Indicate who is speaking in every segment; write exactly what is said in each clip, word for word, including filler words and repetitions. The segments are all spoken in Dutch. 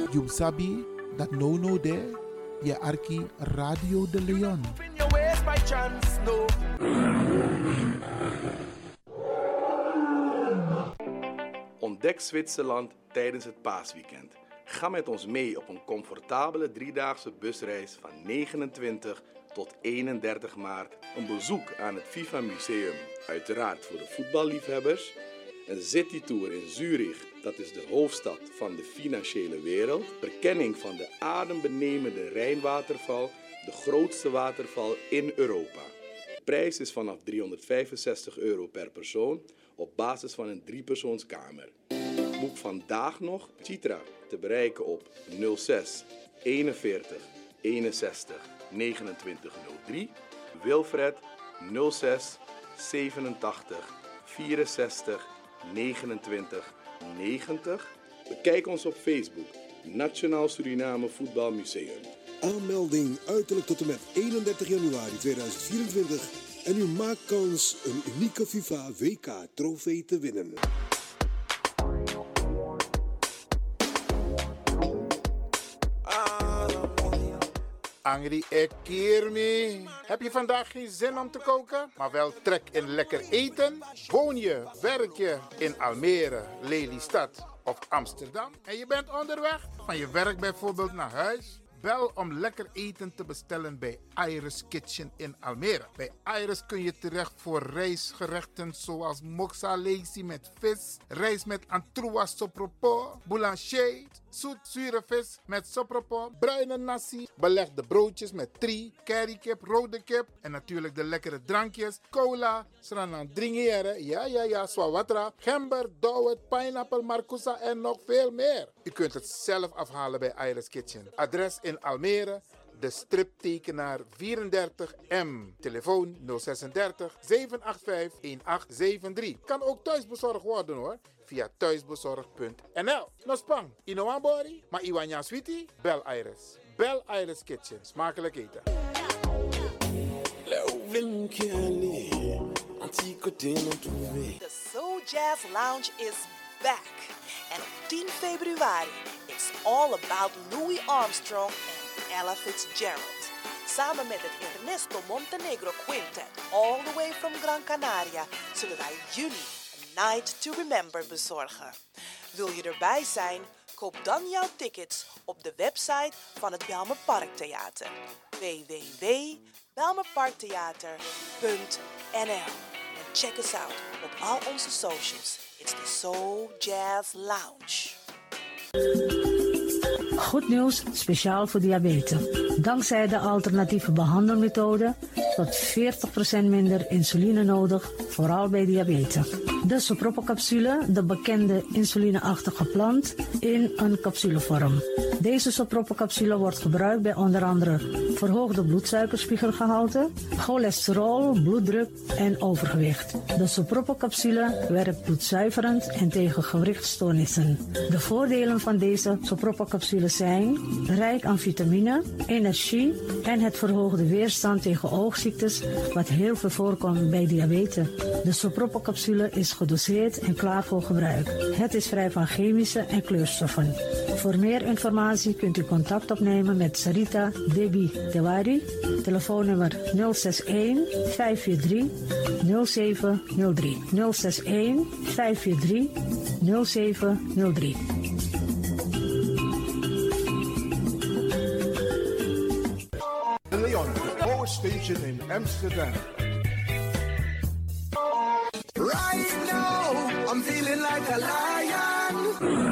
Speaker 1: You sabi dat no no there, je arki Radio de Leon.
Speaker 2: Ontdek Zwitserland tijdens het paasweekend. Ga met ons mee op een comfortabele driedaagse busreis van negenentwintig tot eenendertig maart. Een bezoek aan het FIFA Museum, uiteraard voor de voetballiefhebbers. Een citytour in Zurich, dat is de hoofdstad van de financiële wereld. Verkenning van de adembenemende Rijnwaterval, de grootste waterval in Europa. De prijs is vanaf driehonderdvijfenzestig euro per persoon op basis van een driepersoonskamer. Boek vandaag nog Chitra te bereiken op nul zes eenenveertig eenenzestig negenentwintig nul drie. Wilfred nul zes zevenentachtig vierenzestig negenentwintig negentig. Bekijk ons op Facebook, Nationaal Suriname Voetbalmuseum.
Speaker 3: Aanmelding uiterlijk tot en met eenendertig januari tweeduizend vierentwintig en u maakt kans een unieke FIFA W K-trofee te winnen.
Speaker 4: Angry Ekirmi. Heb je vandaag geen zin om te koken, maar wel trek in lekker eten? Woon je, werk je in Almere, Lelystad of Amsterdam en je bent onderweg van je werk bijvoorbeeld naar huis? Bel om lekker eten te bestellen bij Iris Kitchen in Almere. Bij Iris kun je terecht voor rijstgerechten zoals moksa lazy met vis, rijst met antroas sopropo, boulanger, zoet zure vis met sopropo, bruine nasi, belegde broodjes met tri, currykip, rode kip en natuurlijk de lekkere drankjes, cola, sranan dringere, ja ja ja, swawatra, gember, dowet, pineapple, marcousa en nog veel meer. U kunt het zelf afhalen bij Iris Kitchen. Adres in Almere, de striptekenaar vierendertig M. Telefoon nul zesendertig zeven acht vijf een acht zeven drie. Kan ook thuisbezorgd worden hoor, via thuisbezorgd punt n l. Nospang, Inoambori, maar Iwanya Sweetie, bel Iris. Bel Iris Kitchen, smakelijk eten.
Speaker 5: The Soul Jazz Lounge is back. En op tien februari it's all about Louis Armstrong en Ella Fitzgerald. Samen met het Ernesto Montenegro Quintet, all the way from Gran Canaria, zullen wij jullie A Night to Remember bezorgen. Wil je erbij zijn? Koop dan jouw tickets op de website van het Bijlmer Parktheater. w w w punt bijlmerparktheater punt n l. En check us out op al onze socials. It's the Soul Jazz Lounge.
Speaker 6: Goed nieuws, speciaal voor diabetes. Dankzij de alternatieve behandelmethode tot veertig procent minder insuline nodig, vooral bij diabetes. De Sopropo-capsule, de bekende insulineachtige plant, in een capsulevorm. Deze Sopropo-capsule wordt gebruikt bij onder andere verhoogde bloedsuikerspiegelgehalte, cholesterol, bloeddruk en overgewicht. De Sopropo-capsule werkt bloedzuiverend en tegen gewrichtstoornissen. De voordelen van deze Sopropo-capsule zijn rijk aan vitamine, energie en het verhoogde weerstand tegen oogziektes, wat heel veel voorkomt bij diabetes. De Sopropo-capsule is gedoseerd en klaar voor gebruik. Het is vrij van chemische en kleurstoffen. Voor meer informatie kunt u contact opnemen met Sarita Debi Dewari. Telefoonnummer nul zes een vijf vier drie nul zeven nul drie. nul zes een vijf vier drie nul zeven nul drie.
Speaker 7: De Leon, the power station in Amsterdam.
Speaker 8: Right now, I'm feeling like a lion.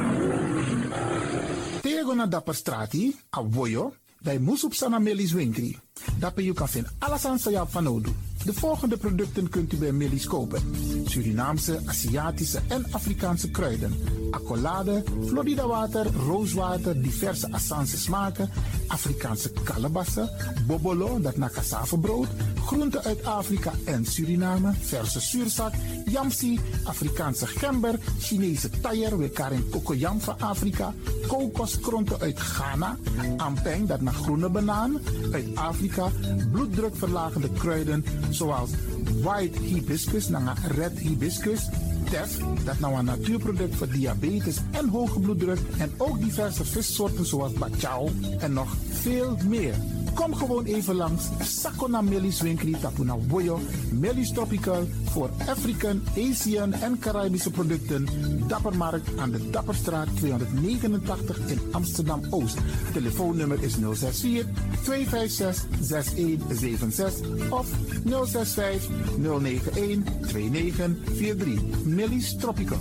Speaker 1: Tego na dapper strati, a voyo, dai musup sana melis winkri. Dapper you kan vinden alles aan sa van nodu. De volgende producten kunt u bij Millie's kopen: Surinaamse, Aziatische en Afrikaanse kruiden, accolade, Florida water, rooswater, diverse Assange smaken, Afrikaanse kalebassen, bobolo, dat na cassavebrood, groenten uit Afrika en Suriname, verse zuurzak, yamsi, Afrikaanse gember, Chinese taier, we karen kokoyam van Afrika, kokoskronten uit Ghana, ampeng, dat na groene banaan, uit Afrika, bloeddrukverlagende kruiden zoals white hibiscus, nanga red hibiscus, Tef, dat nou een natuurproduct voor diabetes en hoge bloeddruk en ook diverse vissoorten zoals bachao en nog veel meer. Kom gewoon even langs Sakona Melis Winkri Tapuna Boyo, Melis Tropical voor African, Asian en Caribische producten. Dappermarkt aan de Dapperstraat tweehonderdnegenentachtig in Amsterdam-Oost. Telefoonnummer is nul zes vier, twee vijf zes, zes een zeven zes of nul zes vijf, nul negen een, twee negen vier drie. Melis Tropical.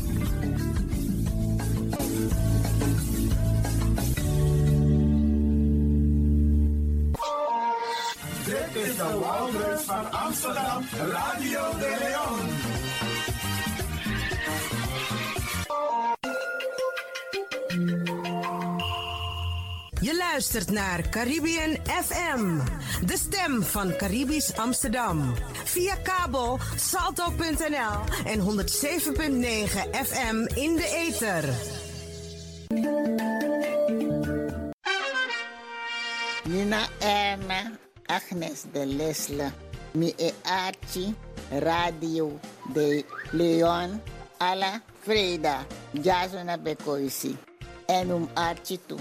Speaker 8: Dit is de Wouders van Amsterdam, Radio de Leon.
Speaker 9: Je luistert naar Caribbean F M, de stem van Caribisch Amsterdam. Via kabel salto punt n l en honderd zeven punt negen F M in de ether.
Speaker 10: Nina Erna, Agnes de Lesle, mi e Archie, Radio de Leon, alla Freda, Jasona Bekoisi, en um Archie toe.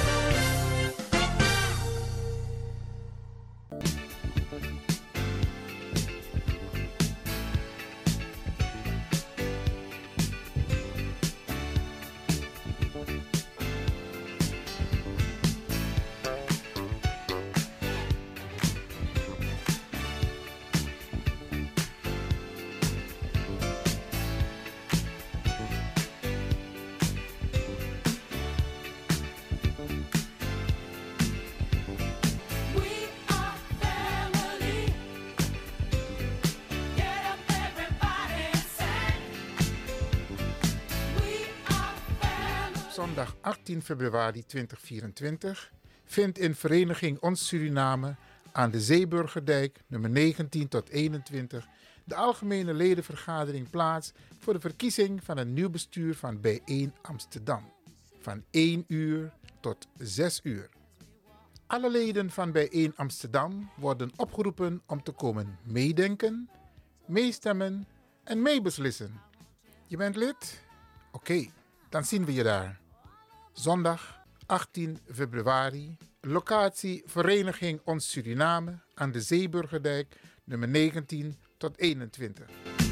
Speaker 4: Zondag achttien februari tweeduizend vierentwintig vindt in Vereniging Ons Suriname aan de Zeeburgerdijk nummer negentien tot eenentwintig de algemene ledenvergadering plaats voor de verkiezing van een nieuw bestuur van Bijeen Amsterdam van één uur tot zes uur. Alle leden van Bijeen Amsterdam worden opgeroepen om te komen meedenken, meestemmen en meebeslissen. Je bent lid? Oké, okay, dan zien we je daar. Zondag achttien februari, locatie Vereniging Ons Suriname aan de Zeeburgerdijk nummer negentien tot eenentwintig.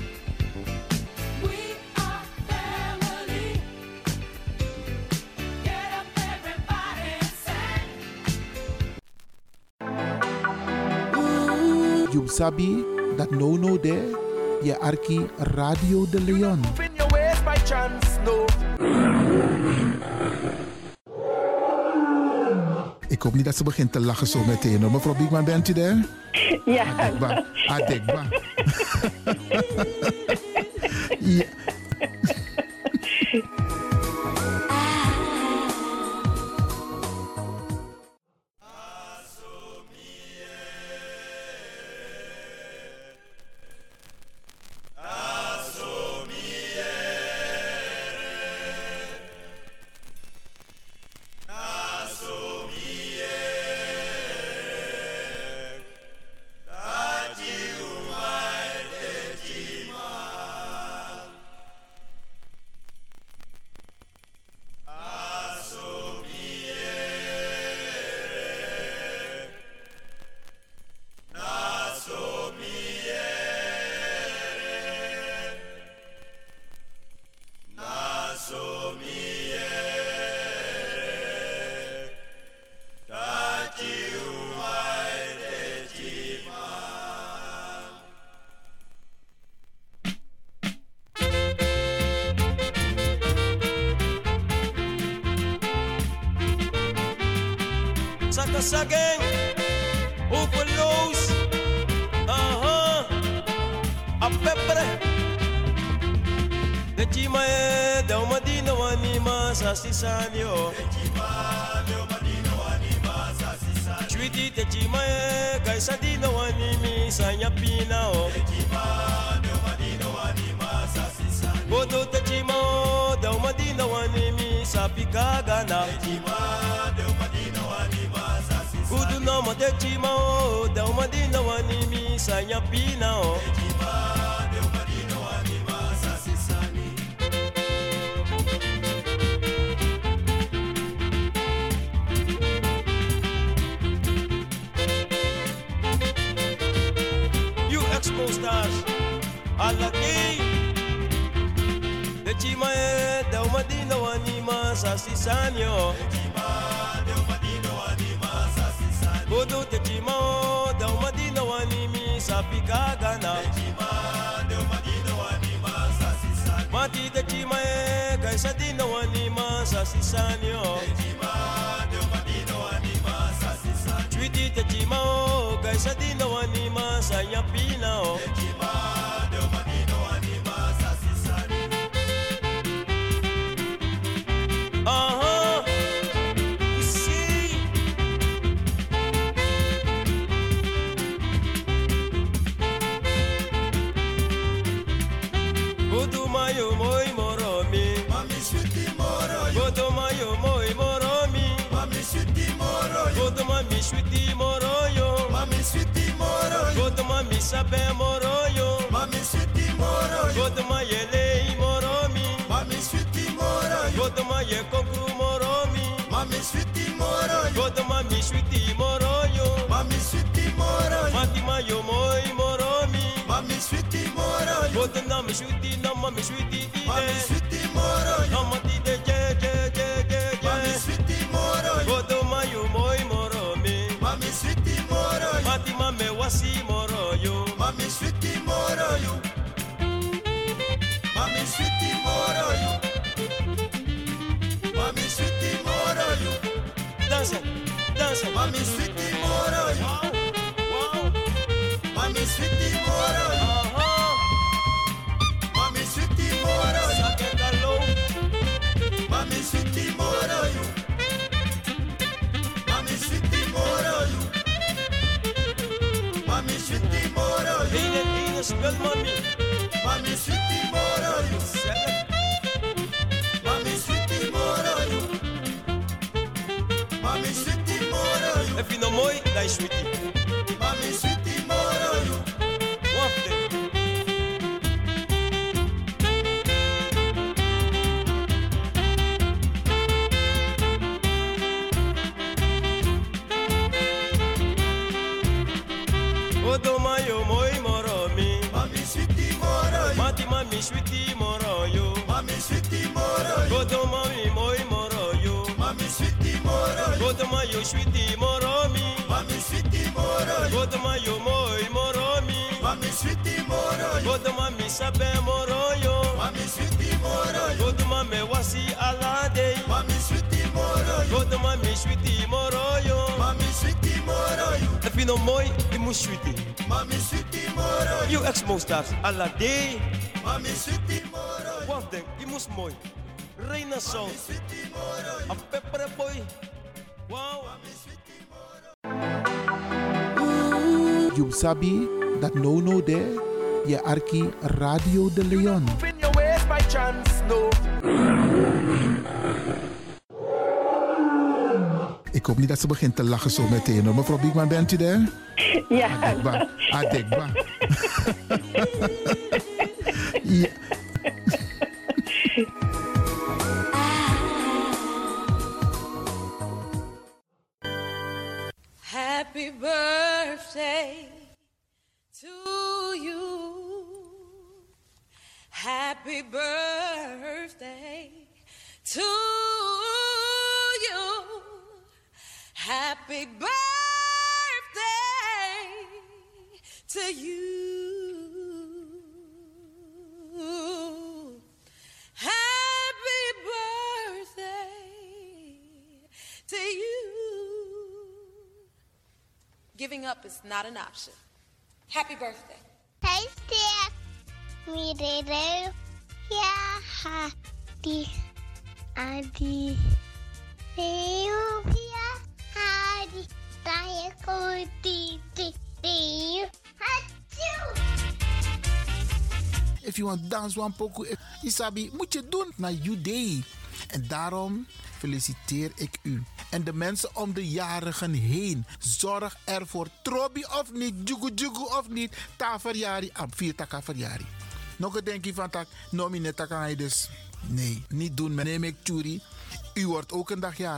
Speaker 1: You sabi that no no there, je arki Radio de Leon. Ik hoop niet dat ze begint te lachen zo meteen. Mevrouw Biekman, bent u daar?
Speaker 11: Ja.
Speaker 1: Adekba. Adekba. Ja.
Speaker 12: Sakasageng, Upalos, aha, a pepper. The Chimae, the Madina Wanima, Sassisanio, the Chima, the Madina Wanima, Sassisan, Treaty, the Chimae, Gaisadina Wanimi, Sanyapina, the Chima, the Madina Wanima, Sassisan, Bodo the Chimo, the Madina Wanimi, Sapicagana, the Chima, the Madina Wanima. Kudu no mo te chima o, da umadina wanimi sanya pina o. Te chima, de umadina wanima sasisani. sasisanyo. Bodo te chima o da umadina wanimi sapika gana. Mati te chima e kaisa dina wanima sasisanyo. Chwiti te chima o kaisa dina wanima sayapina o. Uh-huh. You see. Bodo mayo moi moromi. Mami sweetie moro. Bodo mayo moi moromi. Mami sweetie moro. Bodo mami sweetie moro yo. Mami sweetie moro. Bodo mami sabe moro yo. Mami sweetie moro. Bodo mayele moromi. Mami sweetie moro. Bodo maye konkuru moromi. Mami sweetie moro. Bodo mami sweetie moro yo. Mami sweetie moro. Mati mayo moi moromi. Mami sweetie moro. Bodo na mi sweetie na mami sweetie di. Mami sweetie moro. Na mati de je je je je je. Mami sweetie moro. Bodo mayo moi moromi. Mami sweetie moro. Mati mame wasi moro yo. Mami sweetie moro yo. Mami sweetie moro yo. Mami sweetie moro yo. Dansa, dansa. Mami sweetie moro yo. Wow. Mami sweetie moro yo. Uh-huh. Mami sweetie moro yo. Sakengalo. Mami sweetie moro yo. Mami sweetie moro yo. Mami sweetie moro yo. Ine, ine, spel mami. Mami sweetie moro yo. Mami sweetie moro yo. Mami sweetie moro yo. If you know moi, dai sweetie. Mami sweetie moro yo. Wafte. Bodo mayo moi moromi. Mami sweetie moro yo. Mati mami sweetie moro yo. Mami sweetie moro yo. Bodo mami moi moro yo. Mami sweetie moro yo. Bodo mayo sweetie moromi. Mami sweetie moro yo. Bodo mayo moi moromi. Mami sweetie moro yo. Bodo mami sabe moro yo. Mami sweetie moro yo. Bodo mami wasi alade. Mami sweetie moro yo. Bodo mami sweetie moro yo. Mami sweetie moro yo. If you know moi, you must sweetie. Mami sweetie moro yo. You ex stars alade. Mami sweetie moro yo. One thing, you must moi. Reina Soul. Mami sweetie moro yo. A pepper boy. Wow. Mami sweetie moro yo.
Speaker 1: You sabi that no no there. Je arki Radio de Leon.
Speaker 8: Moving your ways by chance, no.
Speaker 1: Ik hoop niet dat ze begint te lachen zo meteen. Hoor. Mevrouw Biekman, bent u daar?
Speaker 11: Ja.
Speaker 1: Adekba. Adekba. Ja.
Speaker 13: Happy birthday to you. Happy birthday to you. Happy birthday to you. Happy birthday to you. Giving up is not an option. Happy birthday.
Speaker 14: Hey, Steph. Me, Dede. Yeah, Hadi. Adi. Hey, yeah, Hadi. Daya, Kodi. Hey, Hachu.
Speaker 1: If you want dance one poco, Isabi, moet je doen naar you day. En daarom feliciteer ik u. En de mensen om de jarigen heen. Zorg ervoor. Trobi of niet, jugu jugu of niet. Ta verjari, am vier taka verjari. Nog een denkje van tak, nomi net taka dus. Nee, niet doen. Meneer Mekchuri, u wordt ook een dag jarig.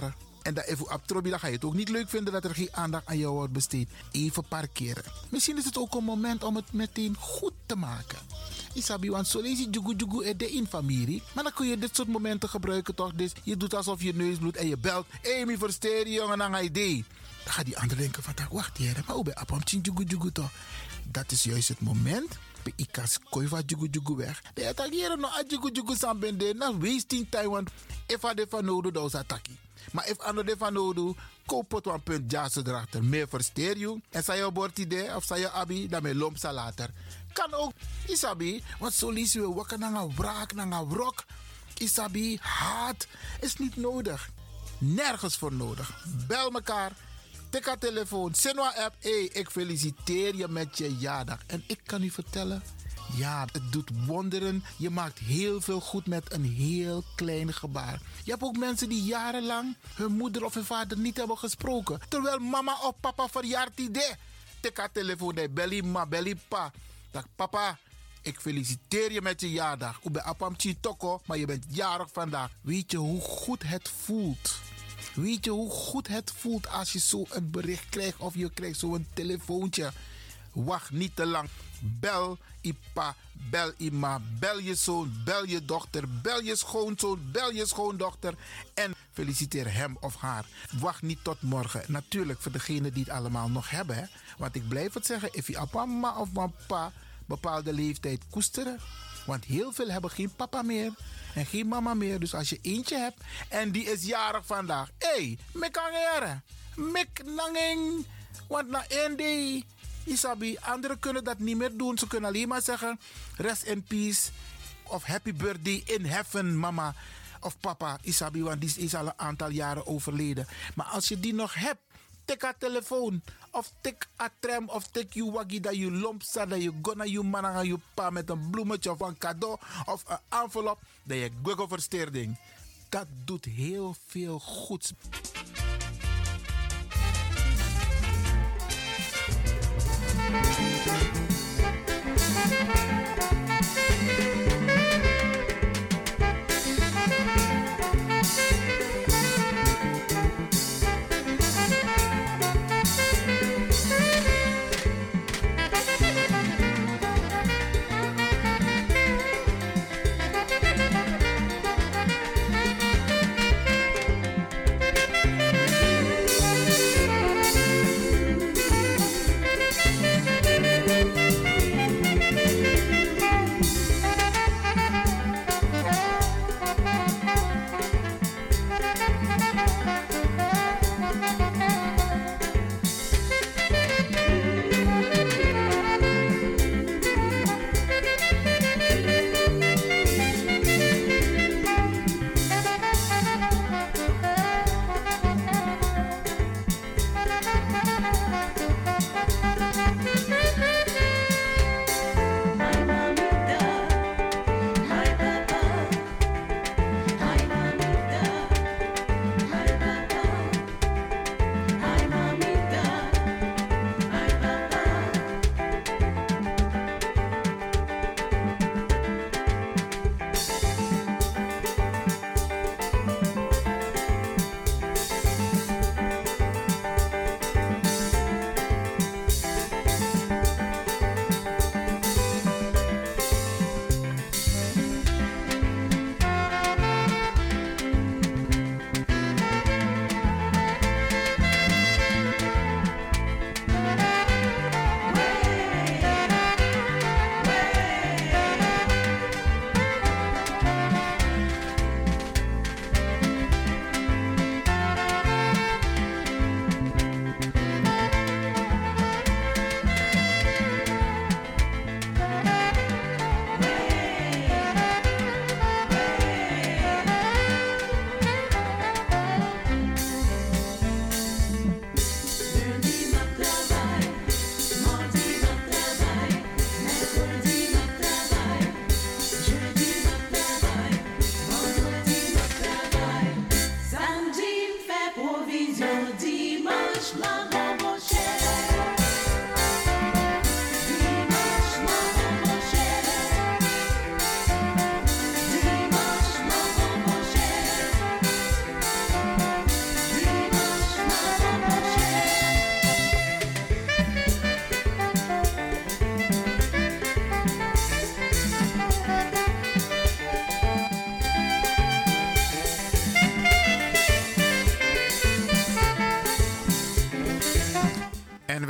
Speaker 1: En dat even abtrobi, dan ga je het ook niet leuk vinden dat er geen aandacht aan jou wordt besteed. Even parkeren. Misschien is het ook een moment om het meteen goed te maken. Isabi, want zo lees je jugu jugu en de in familie. Maar dan kun je dit soort momenten gebruiken toch? Dus je doet alsof je neus bloedt en je belt. Hé, hey, mi versteer jongen, dan ga je idee. Dan gaat die ander denken van, wacht hier, maar hoe ben je op jugu jugu toch? Dat is juist het moment. Ik kan koiva jugu jugu weg. De attackeren no a jugu jugu sambende. Na wasting time, want if I de van nodig, dan is attackie. Maar if ander de van nodig, koop het een punt jazz erachter. Meer versteer je. En zei je bord idee of zei je abi, dan me lomp later. Kan ook, isabi, want zo lees je wakker naar een wraak, naar een wrok. Isabi, haat is niet nodig. Nergens voor nodig. Bel elkaar. Tik haar telefoon. Sinwa app. Hé, hey, ik feliciteer je met je jaardag. En ik kan u vertellen, ja, het doet wonderen. Je maakt heel veel goed met een heel klein gebaar. Je hebt ook mensen die jarenlang hun moeder of hun vader niet hebben gesproken. Terwijl mama of papa verjaart idee. Tik haar telefoon. Hey, belly ma, belly pa. Dag papa, ik feliciteer je met je jaardag. Ik ben apamchi toko, maar je bent jarig vandaag. Weet je hoe goed het voelt? Weet je hoe goed het voelt als je zo een bericht krijgt of je krijgt zo'n telefoontje? Wacht niet te lang. Bel Ipa, bel Ima, bel je zoon, bel je dochter, bel je schoonzoon, bel je schoondochter en feliciteer hem of haar. Wacht niet tot morgen. Natuurlijk voor degenen die het allemaal nog hebben. Hè? Want ik blijf het zeggen, if je papa, mama of papa bepaalde leeftijd koesteren. Want heel veel hebben geen papa meer en geen mama meer. Dus als je eentje hebt en die is jarig vandaag. Hé, hey, me kan jaren. Mek nanging. Want na één day, isabi, anderen kunnen dat niet meer doen. Ze kunnen alleen maar zeggen, rest in peace. Of happy birthday in heaven, mama of papa. Isabi, want die is al een aantal jaren overleden. Maar als je die nog hebt, tik haar telefoon. Of tik a tram, of tik je waggie dat je lompsa, dat je gonna je man aan je pa met een bloemetje of een cadeau of een envelop, dat je Google versteerding. Dat doet heel veel goeds.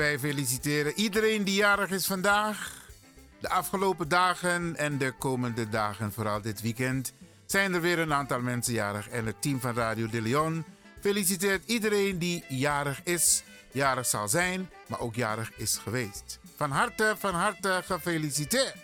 Speaker 4: wij feliciteren iedereen die jarig is vandaag. De afgelopen dagen en de komende dagen, vooral dit weekend, zijn er weer een aantal mensen jarig. En het team van Radio De Leon feliciteert iedereen die jarig is, jarig zal zijn, maar ook jarig is geweest. Van harte, van harte gefeliciteerd.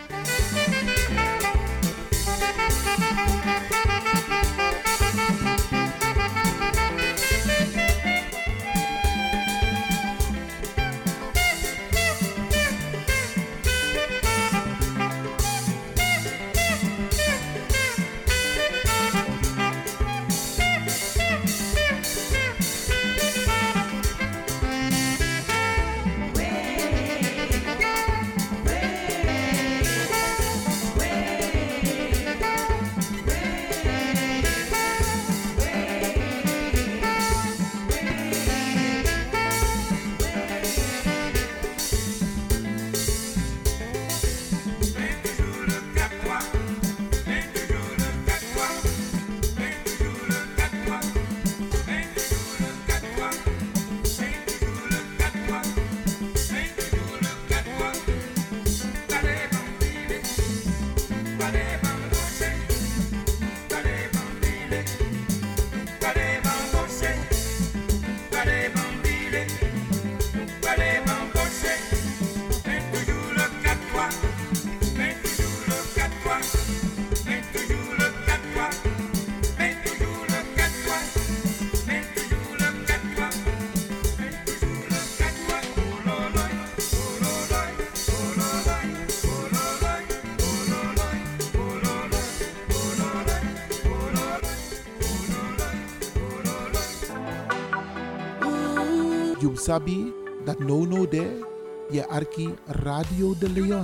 Speaker 1: You sabi that no no there, je arki Radio De Leon.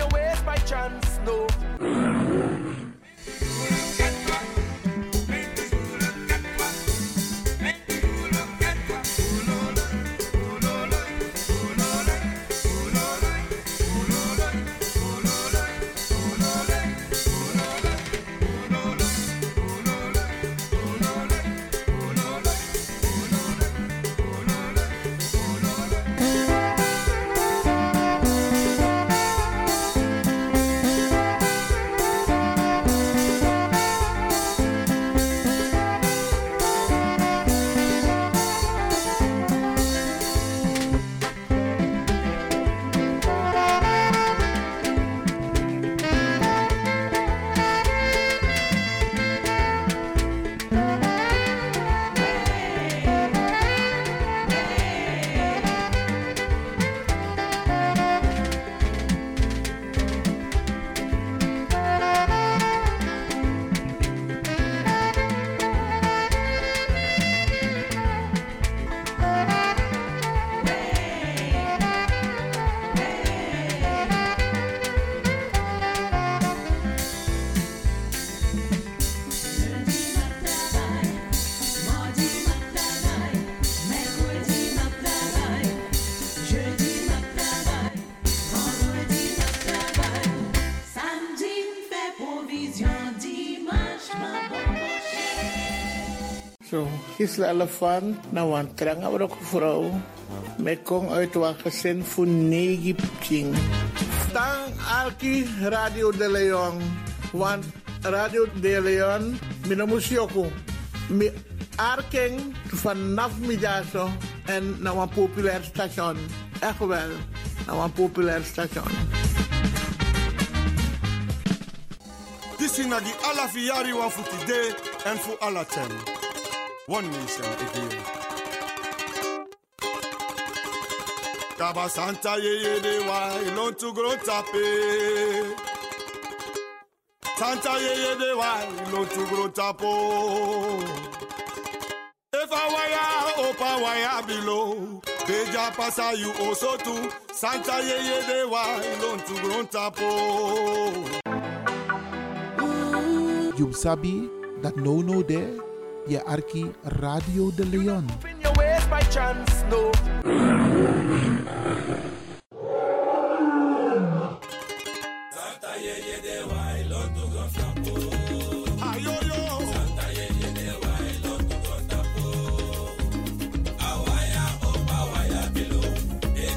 Speaker 11: So, Gisela Elefant, nou een trange vrouw. Met kom uit wat gezin voor negen pching. Tang Alki Radio De Leon. Want Radio De Leon, mijn musioko. Mijn arking vanaf middag en naar een populair station. Echt wel, naar een populair station.
Speaker 7: This is die alla fiari wa voor today en voor alla ten. One nation again. Kaba Santa ye ye de wa ilon to grow tape. Santa ye ye de wa ilon to grow tapo. If I wire opa wire below, beja pasa you also too. Santa ye ye de wa ilon to grow tapo.
Speaker 1: You sabi that no no there, je arki Radio De Leon.
Speaker 8: In your ways by chance, no.
Speaker 12: Santa ye ye de wa ilon to grow tapo. Ayo yo. Santa ye ye de wa ilon to grow tapo. Awaya opa waya below.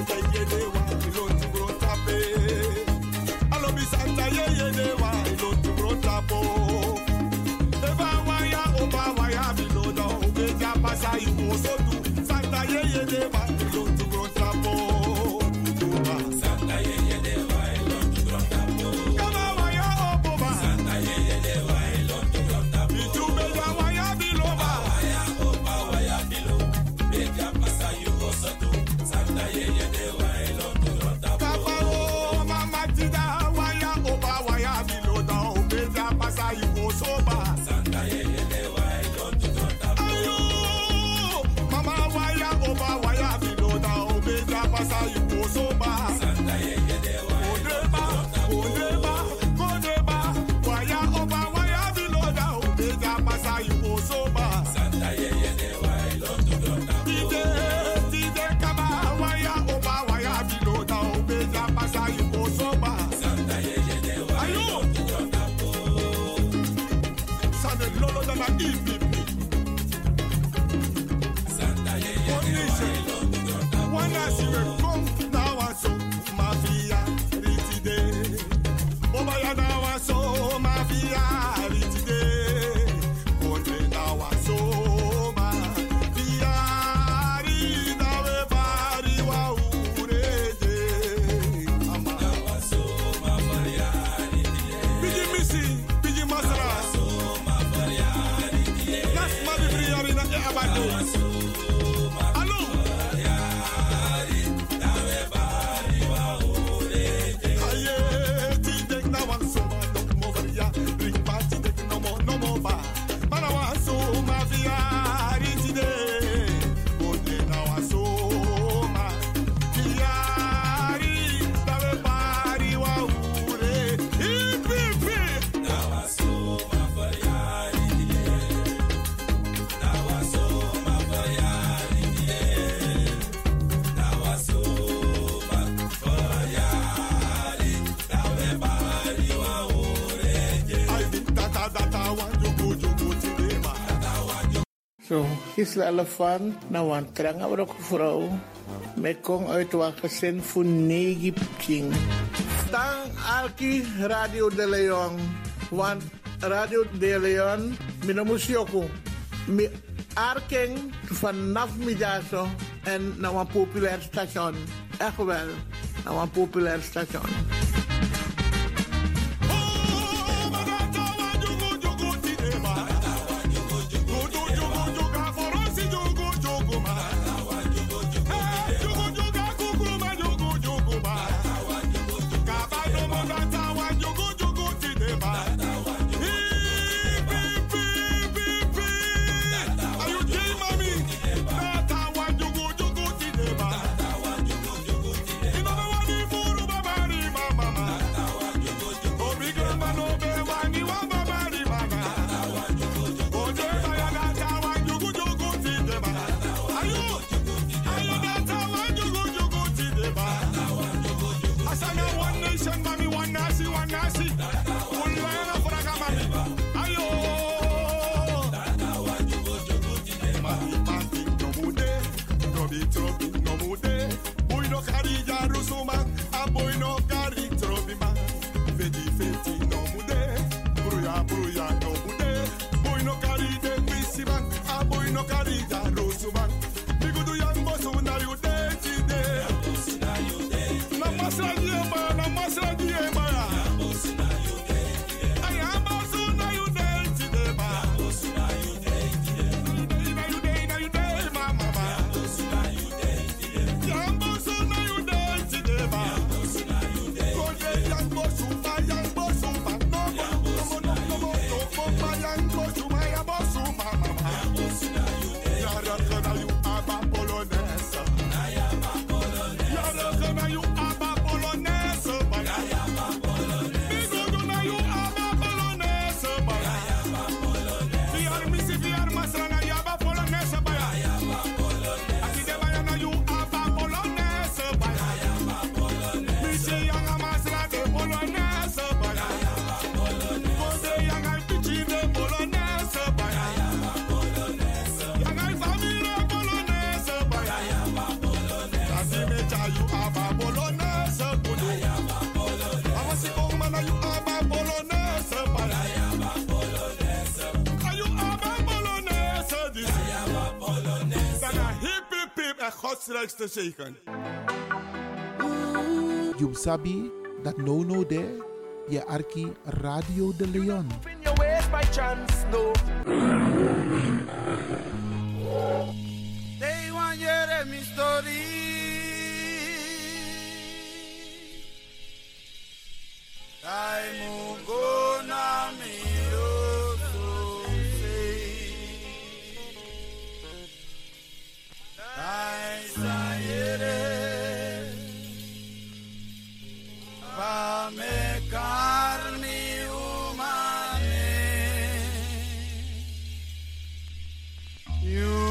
Speaker 11: So, Gisela Elefant, nou een trange vrouw. Met kong uit wat gezin voor negen pching. Tang Alki Radio de Leon. Want Radio de Leon, mijn musioko. Mi arking vanaf middag en naar een populair station. Echt wel, naar een populair station.
Speaker 7: Mama Oostenrijkse zeker.
Speaker 4: You sabi dat no no there, je arki Radio de Leon.
Speaker 8: Your ways by chance, no.
Speaker 7: They want hear me story. I go na me so say. I say pa me carni umane. You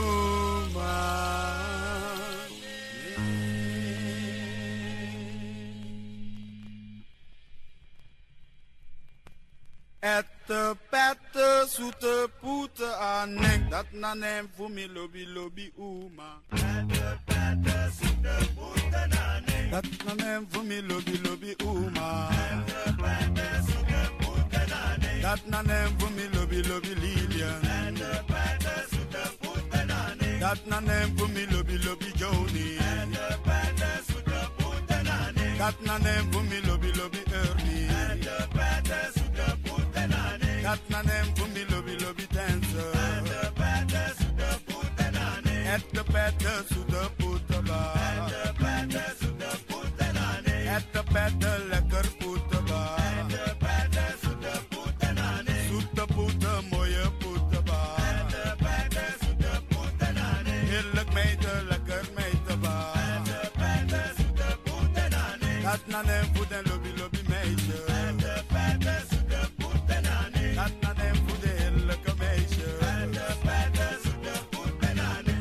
Speaker 7: Ette, pette, zoete, poete, aannek, dat na nem voor me lobby, lobby, oema. Ette, pette, zoete, poete, aannek, dat na nem voor me lobby, lobby, oema. Ette, pette, zoete, poete, aannek, dat na nem voor me lobby, lobby, Lilian. Ette, pette, zoete, poete, aannek, dat na nem voor me lobby, lobby, Joni. Ette, pette, zoete, poete, aannek, dat na nem voor me lobby, lobby, Ernie. Ette, pette, zoete, poete, dat na nem voor me lobby lobby dancer. At the better zoete poete nane. At the better zoete poete ba. At the better zoete poete nane. At the better lekker poete ba. At the better zoete poete nane. Zoete poete mooie poete ba. At the better zoete poete nane. Heerlijk meiden, lekker meiden ba. At the better zoete poete nane. Dat na nem voor den lobby lobby meisje. At the better zoete poete nane. Dat na nem voor de heerlijke meisje. At the better zoete poete nane.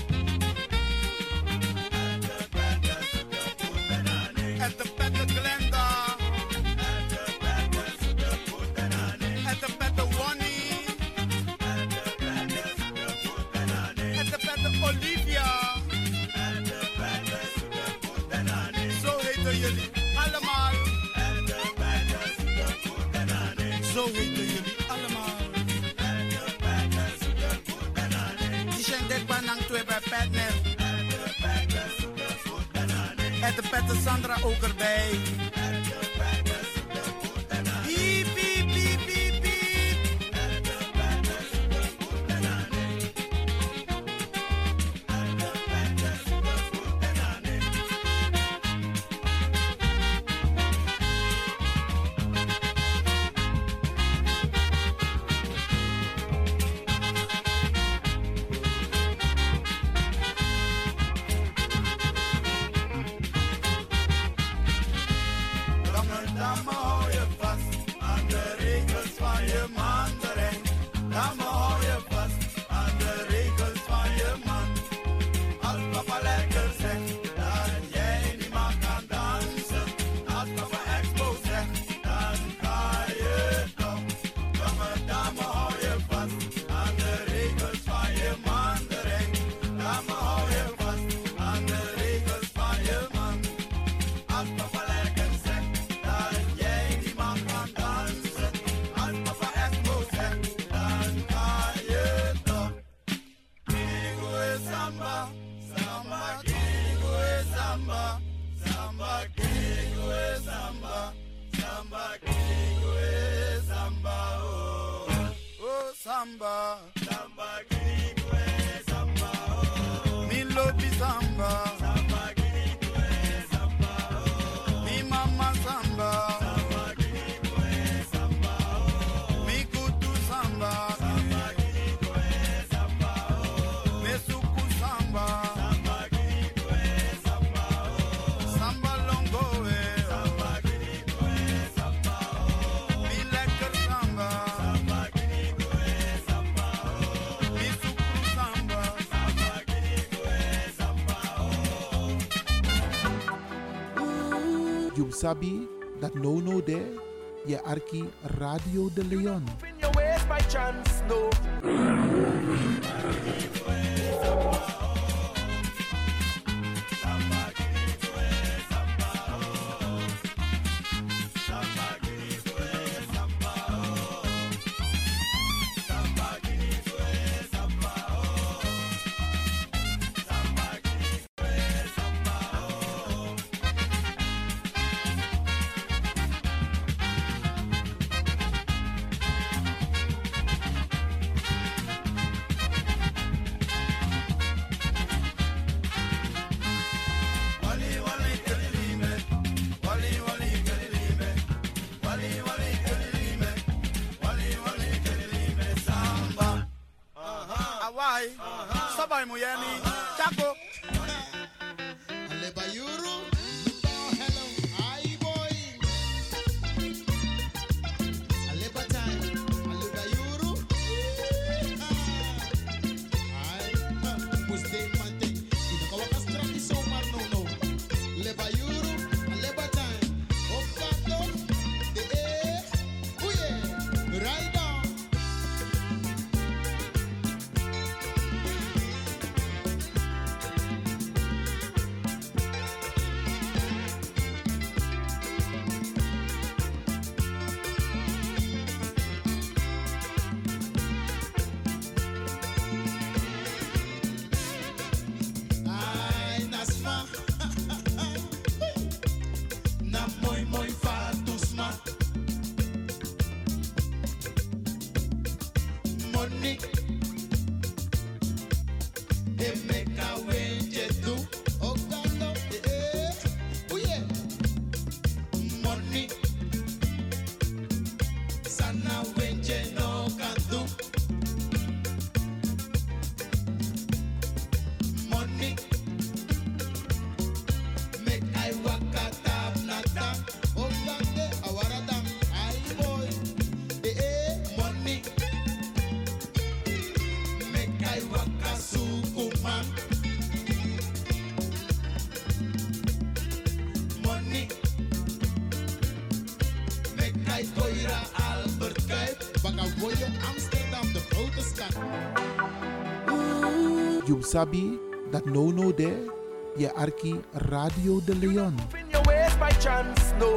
Speaker 7: At the better zoete poete nane. At the better Glenda. At the better zoete poete nane. At the better Wonnie. At the better zoete poete nane. At the better Olivia. At the better zoete poete nane. Zo heten jullie allemaal. At the better zoete poete nane. Zo heten jullie allemaal. At the better zoete poete nane. Die zijn dit banang twee bij Petner. At the better zoete poete nane. At the better Sandra ook erbij. At the better zoete poete nane. Piep, piep, piep, piep, piep. At the better zoete poete nane. At the better zoete poete nane. Damme hou je vast aan de regels van je mandarijn. Damme hou je vast aan de regels van je man. Als papa lekker zegt dat jij niet mag gaan dansen. Als papa expo zegt, dan ga je toch. Damme, damme hou je vast aan de regels van je mandarijn. Damme hou je vast aan de regels van je man. Als papa lekker zegt dat jij niet mag gaan dansen. Als papa expo zegt, dan ga je toch. Kirigo is samba, samba, kirigo is samba. Samba, kirigo is samba. Samba, kirigo is samba. Oh, oh samba. Samba, kirigo is samba. Oh, mi lopi samba. Samba, kirigo is samba. Oh, mi mama samba. Samba, kirigo is samba. Oh, mi kutu samba. Samba, kirigo is samba. Oh, mi suku samba. Samba, kirigo is samba. Oh, samba longo eh. Samba, kirigo is samba. Oh, mi lekker samba. Samba, kirigo is samba. Oh, mi suku samba. Samba, kirigo is samba. Oh.
Speaker 4: You sabi dat no no there, je arki Radio de Leon.
Speaker 8: Your ways by chance, no.
Speaker 7: boy, Muyani. Chaco.
Speaker 15: You sabi that no no there, je arki Radio de Leon.
Speaker 7: In your ways by chance, no.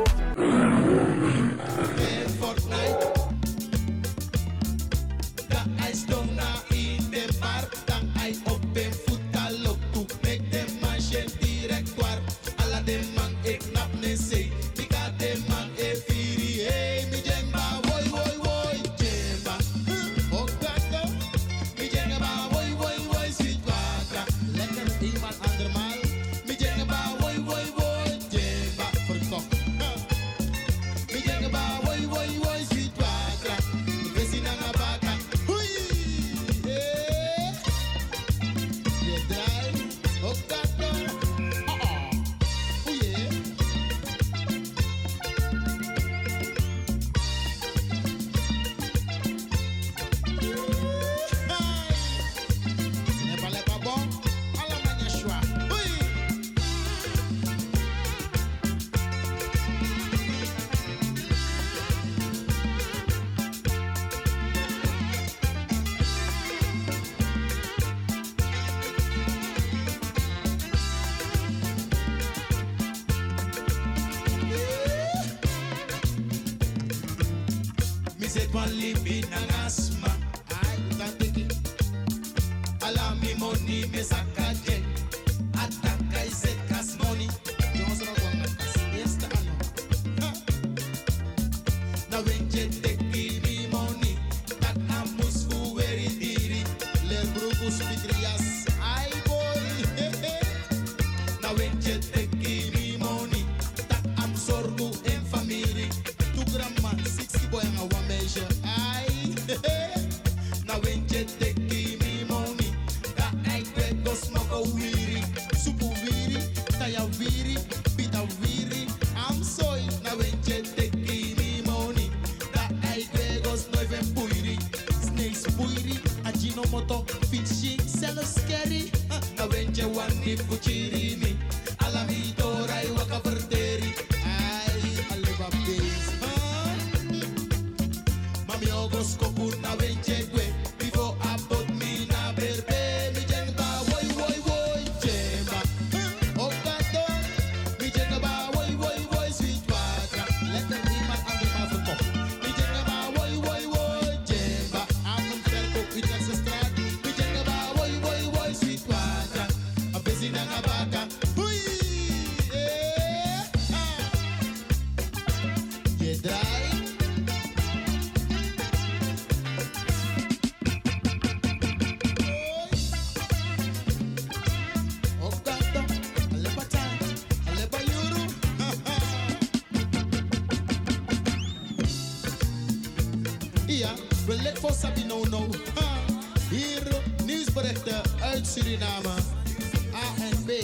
Speaker 16: Suriname. A en B.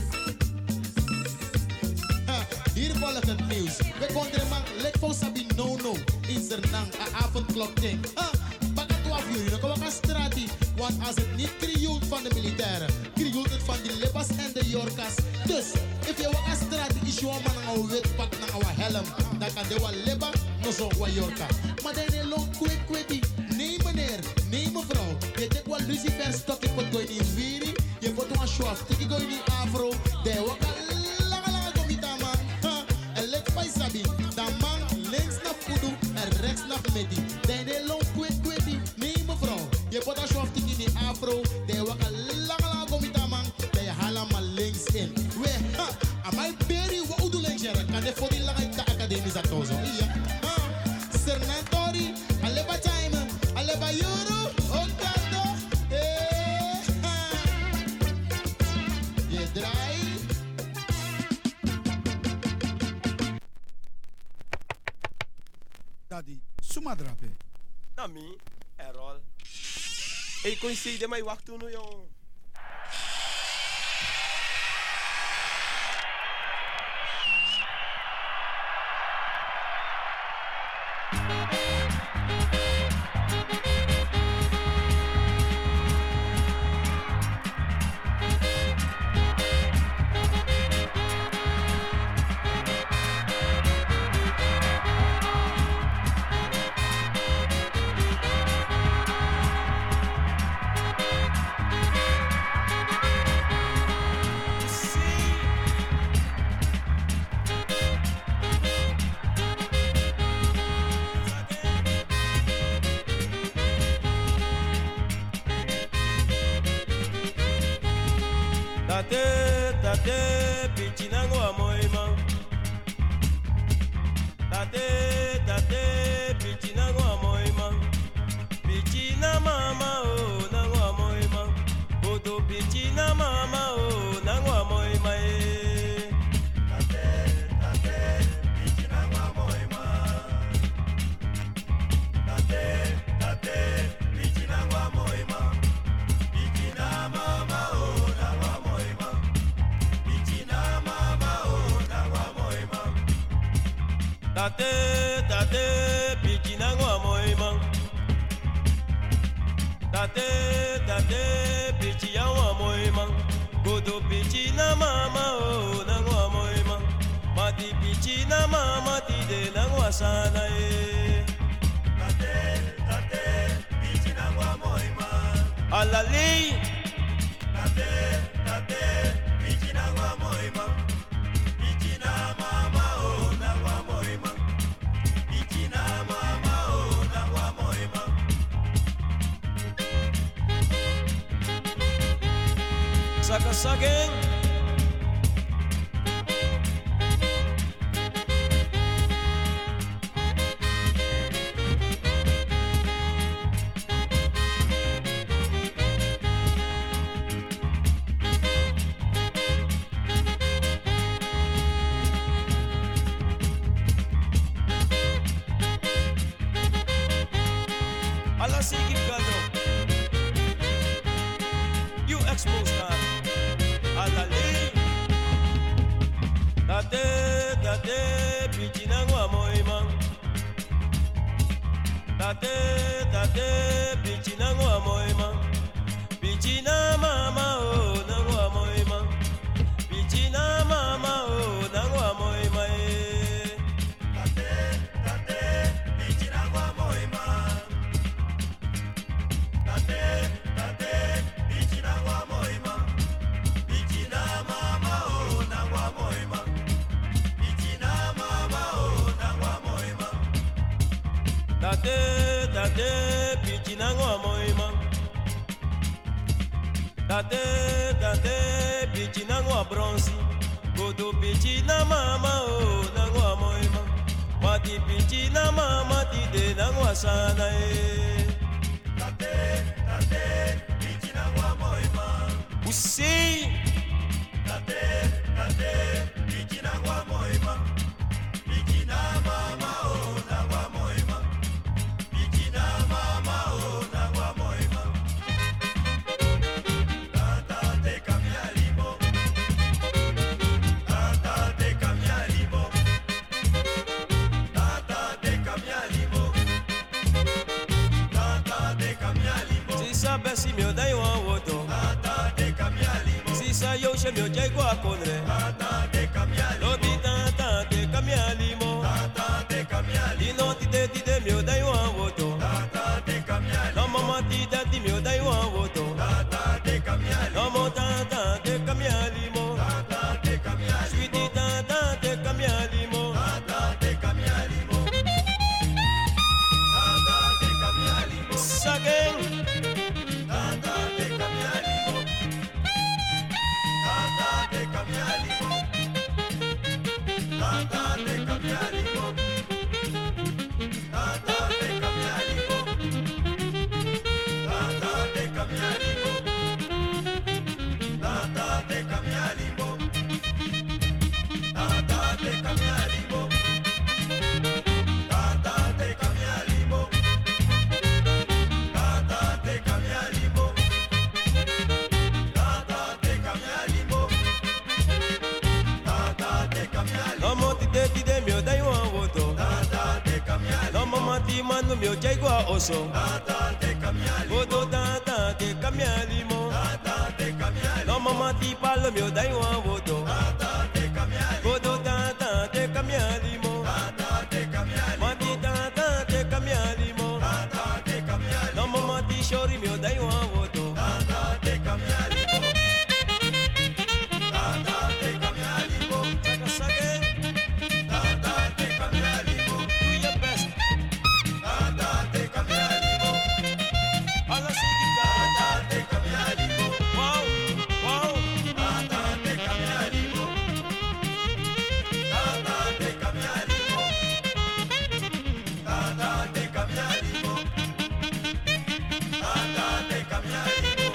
Speaker 16: Ha, hier volgt het nieuws. We konden man, lek voor Sabi no no. In Zernang, a avondklok ding. Ha, bakken twaalf uur, dan komen we aan strati. Want als het niet krioelt van de militairen, krioelt het van de Lebas en de Yorkas. Dus, if je wat aan strati is je man aan een wit pak naar een helm. Dan kan de wat Leba, nog zo'n wat Yorka. Maar dan is long kwek kwekkie. Nee meneer, nee mevrouw. Je denkt wel Lucifer stok, ik moet gewoon in viri. Je moet een show af, ik gooi in afro. De waka lange lange komita man. Ha, en lek bij Sabi. Dan man links naar Fudu en rechts naar Medi. Dan is long kwek kwekkie. Nee mevrouw, je moet een show af, ik in afro. De waka lange lange komita man. Dan je haalt maar links in. We, ha, aan mijn beri, wat doe links jaren? Kan je voor die lange academie zat zo? Ja, ha, Sernatori, Aleba Time. Aleba Euro, Otato, eh, ha. Je draait.
Speaker 17: Daddy, Sumadrape.
Speaker 12: Nami, Errol. Ik kon je de mij wachten nu, jong. Tate, tate, pichinango amoima. Tate, tate, pichinango amoima. Pichina mama oh, nango amoima. Bodo pichina mama oh, nango amoima eh. Tate, tate, pichinango amoima. Tate, tate, pichinango amoima. Pichina mama oh, nango amoima. Pichina mama oh, nango amoima. Tate, tate, pichinango amoima. Tate, tate, pichiyango amoima. Godo pichina mama oh, nango amoima. Mati pichina mama tide nango asana eh. Tate, tate, pichinango amoima. Alali. Tate, tate, pichinango amoima. Pichina mama oh, nango amoima. Pichina mama oh, nango amoima. Saka sageng. Alla sigi gado. You expose that. Alla li. Tate, tate, pichinango amoima. Tate, tate, pichinango amoima. Pichina mama oh, nango amoima. Pichina mama oh, nango amoima eh. Tate, tate, pichinango amoima. Tate, tate, pichinango amoima. Pichina mama oh, nango amoima. Pichina mama oh, nango amoima. Tate, tate, pichinango amoima. Tate, tate, pichinango abronsi. Godo pichina mama oh, nango amoima. Mati pichina mama tide nango asana eh. Tate, tate, pichinango amoima. Usi. Tate, tate, pichinango amoima. Pichina mama oh, nango amoima. Pichina mama oh, nango amoima. besi mio dai wa woto. Tata de kamiali mo. Sisa yo she mio jai kwa konre. Tata de kamiali. Lobi tata de kamiali mo. Tata de kamiali. Ino ti de ti de mio dai wa woto. Tata de kamiali. No mama ti da ti mio dai wa woto. Tata de kamiali. No mo tata de kamiali mo. Tata de kamiali. Sweetie tata de kamiali mo. Tata de kamiali mo. Tata de kamiali mo. Again. Tata de kamiali mo. Tata de kamiali mo. Tata de kamiali mo. Tata de kamiali mo. Tata de kamiali mo. Tata de kamiali mo. Tata de kamiali mo. Tata de kamiali mo. Tata de kamiali mo. Tata de kamiali mo. Tata de kamiali. No mo ti de ti de mio dai wa woto. Tata de kamiali. No mama ti manu mio jai gua oso. Tata de kamiali. Woto tata de kamiali mo. Tata de kamiali. No mama ti palo mio dai wa woto. Tata de kamiali. Woto tata de kamiali mo. Tata de kamiali. Mati tata de kamiali mo. Tata de kamiali. No mama ti shori mio dai wa woto. Tata de kamiali mo. Tata de kamiali mo. Saka sake. Tata de kamiali mo. Do your best. Tata de kamiali mo. Alla sigi tata de kamiali mo. Wow, wow. Tata de kamiali mo. Tata de kamiali mo. Tata de kamiali mo. Tata de kamiali mo.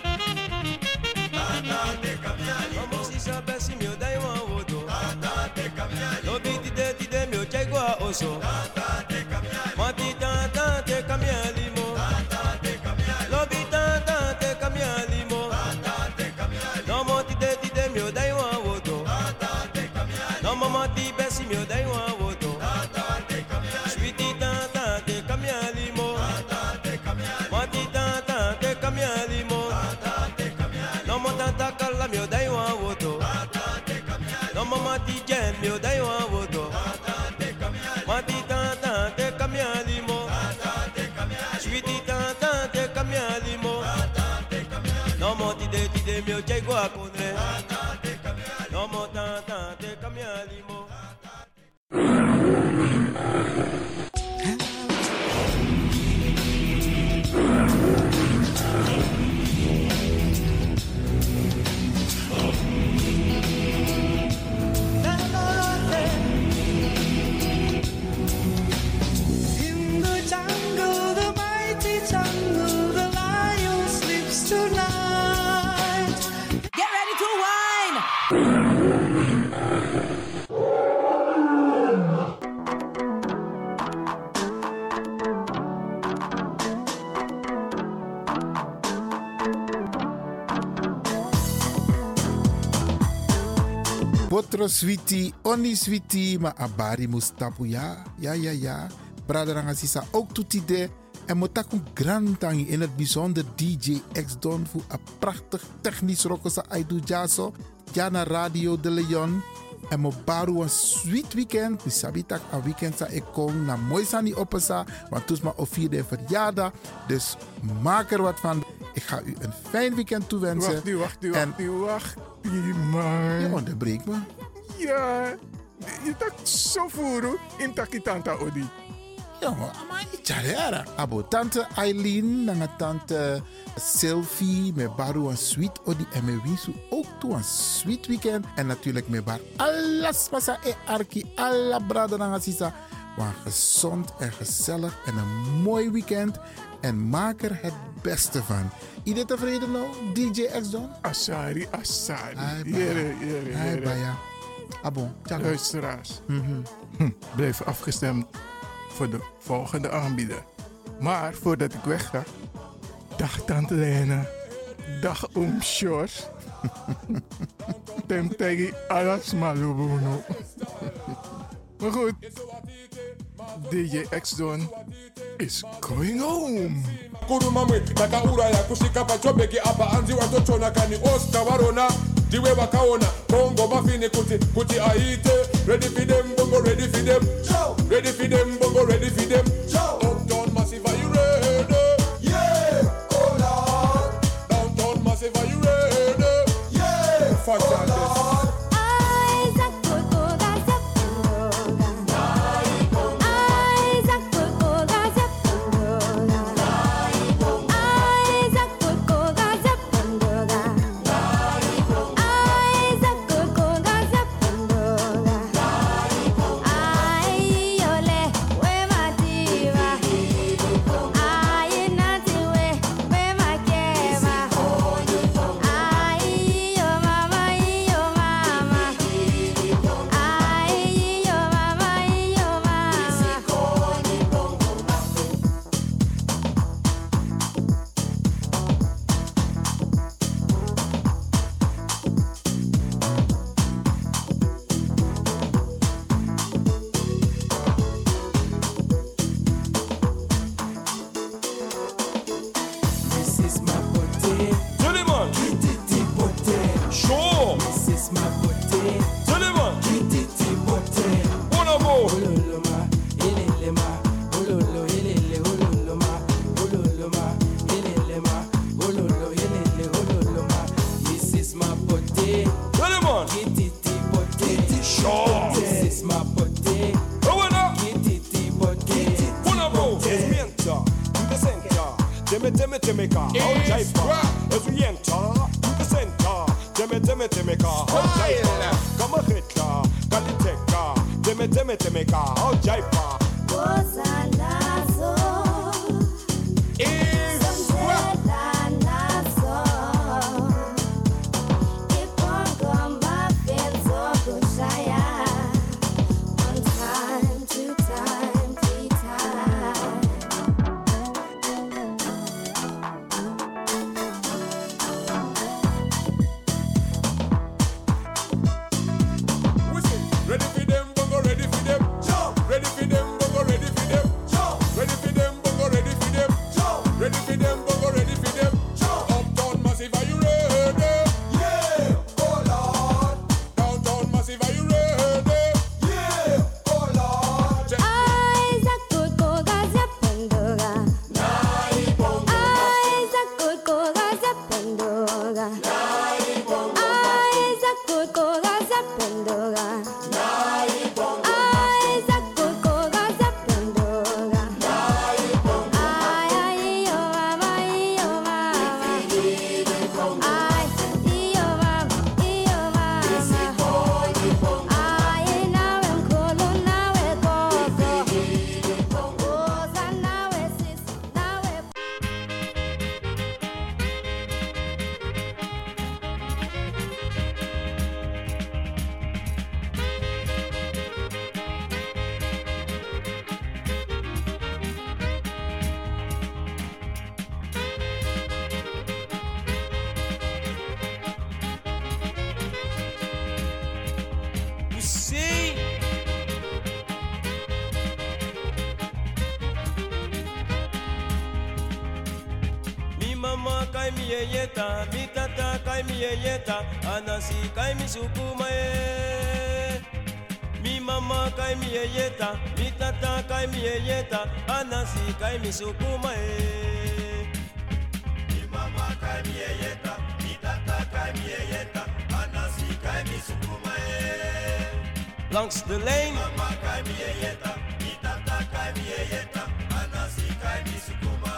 Speaker 12: Tata de kamiali mo. Mo si sabe si mio dai wa woto. Tata de kamiali. Lo bi ti de ti de mio chai gua oso. Tata de kamiali. Mati tata de kamiali mo. Tata de kamiali. Lo bi tata de kamiali mo. Tata de kamiali. No mo ti de ti de mio dai wa woto. Tata de kamiali. No mama ti besi mio dai wa woto. Tata de kamiali. Sweetie tata de kamiali mo. Tata de kamiali. Mati tata de kamiali mo. Tata de kamiali. No mo tata kala mio dai wa woto. Tata de kamiali. No mama ti jen mio dai wa woto. Tata de kamiali. Mati tata de kamiali mo. Tata de kamiali. Sweetie tata de kamiali mo. Tata de kamiali. No mo ti de ti de mio chai gua konre. Tata de kamiali. No mo tata de kamiali mo.
Speaker 8: In the jungle, the mighty jungle, the lion sleeps tonight.
Speaker 5: Get ready to whine.
Speaker 15: Potro sweetie, oni sweetie, maar abari mustapu ja, ja, ja, ja. Braderanga sisa ook toetide. En motaku grantangi in het bijzonder D J X-Don voor een prachtig technisch rokosa aidu jaso. Jana Radio de Leon. En mo baru een sweet weekend. Mi sabitak een weekend sa ik kom na mooi sani opesa. Want toes ma of vierde verjaardag. Dus maak er wat van. Ik ga u een fijn weekend toewensen.
Speaker 17: Wacht, wacht, wacht, wacht, man.
Speaker 15: Je onderbreekt me.
Speaker 17: Ja, je tak zo voeren in takitanta odi.
Speaker 15: Ja, maar ik abo tante Eileen, nanga tante Sylvie, me baru een sweet odi en me winsu ook toe een sweet weekend. En natuurlijk me bar alles pasa e arki, alla brada nanga sisa. Maar gezond en gezellig en een mooi weekend. En maak er het beste van. Iedereen tevreden nou, D J X-Don?
Speaker 17: Asari, Asari.
Speaker 15: Jere, jere, jere. Baya. Abo, tjallo.
Speaker 17: Luisteraars, mm-hmm. hm, blijf afgestemd voor de volgende aanbieder. Maar voordat ik wegga, dag Tante Lena, dag Oom Sjors. Tem tegi alas malubuno. Maar goed, D J X-Don is going home.
Speaker 18: Kurumamwe takaura ya kushika pachobeki apa anzi watochona kani osta warona diwe wakaona bongo mafini kuti kuti aite ready for them bongo ready for them ready for them bongo ready for them Uptown Massive are you ready? Yeah, oh Lord. Downtown Massive are you ready? Yeah, fuck that.
Speaker 12: Sukuma e Mi mama kai mi yeta mi tata kai mi yeta anasi kai mi sukuma e Langs de lijn mama kai mi yeta mi tata kai mi yeta anasi kai mi sukuma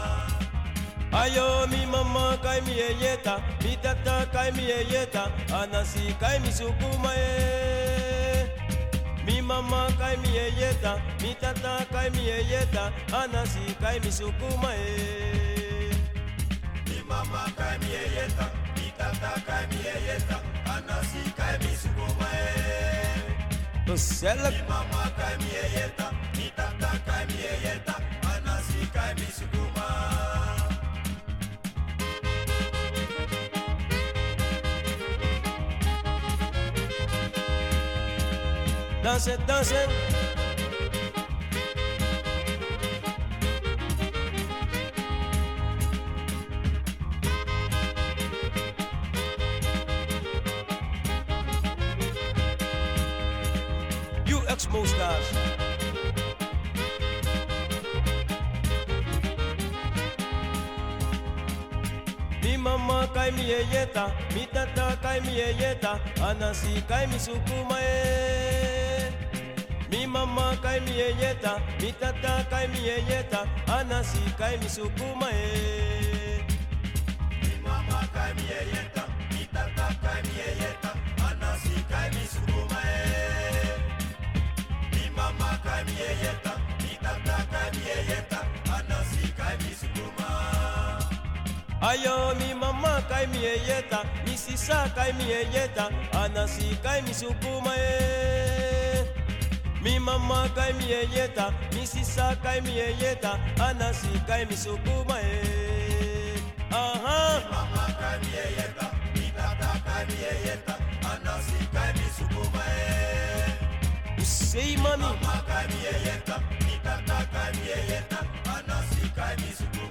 Speaker 12: Ayo mi mama kai mi yeta mi tata kai mi yeta anasi kai mi sukuma e Mi mama kai mi yeta, mi tata kai mi yeta, anasi kai mi sukuma e. Mi mama kai mi yeta, mi tata kai mi yeta, anasi kai mi sukuma e. Gezellig. Mi mama kai mi yeta, mi tata kai mi yeta, anasi kai mi sukuma. Dansen, dansen. Max Mooskaas. Mi mama kai mi yeyeta, mi tata kai mi yeyeta, anasi kai mi sukuma e. Mi mama kai mi yeyeta, mi tata kai mi yeyeta, anasi kai mi sukuma e. Mi mama kai mi yeyeta, mi tata kai mi yeyeta, anasi kai mi sukuma e. Mi mama kai mi yeyeta, mi tata kai mi yeyeta, anasi kai mi sukuma. Ayo mi mama kai mi yeyeta, mi sisa kai mi yeyeta, anasi kai mi sukuma e. Mi mama kai mi yeyeta, mi sisa kai mi yeyeta, anasi kai mi sukuma e. Aha. Mi mama kai mi yeyeta, mi tata kai mi yeyeta, anasi kai mi sukuma e. Usei mami. Mi mama kai mi yeyeta, mi tata kai mi yeyeta, anasi kai mi sukuma.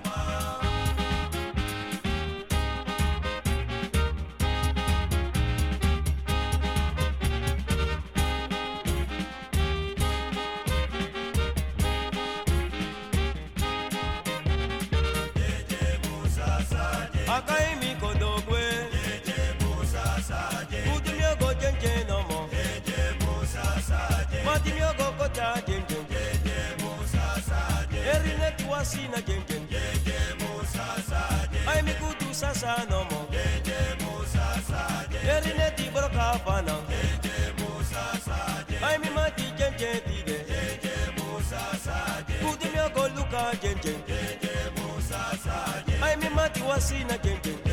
Speaker 12: Akai mi kodogwe, Jeje Musa Saje. Uti mi ogo jenje nomo, Jeje Musa Saje. Mati mi ogo kota jenje, Jeje Musa Saje. Erine tuasina jenje, Jeje Musa Saje. Ai mi kutu sasa nomo, Jeje Musa Saje. Erine ti broka fana, Jeje Musa Saje. Ai mi mati jenje tige, Jeje Musa Saje. Uti mi ogo luka jenje, Jeje Musa Saje. Ai mi mati wasina jenje.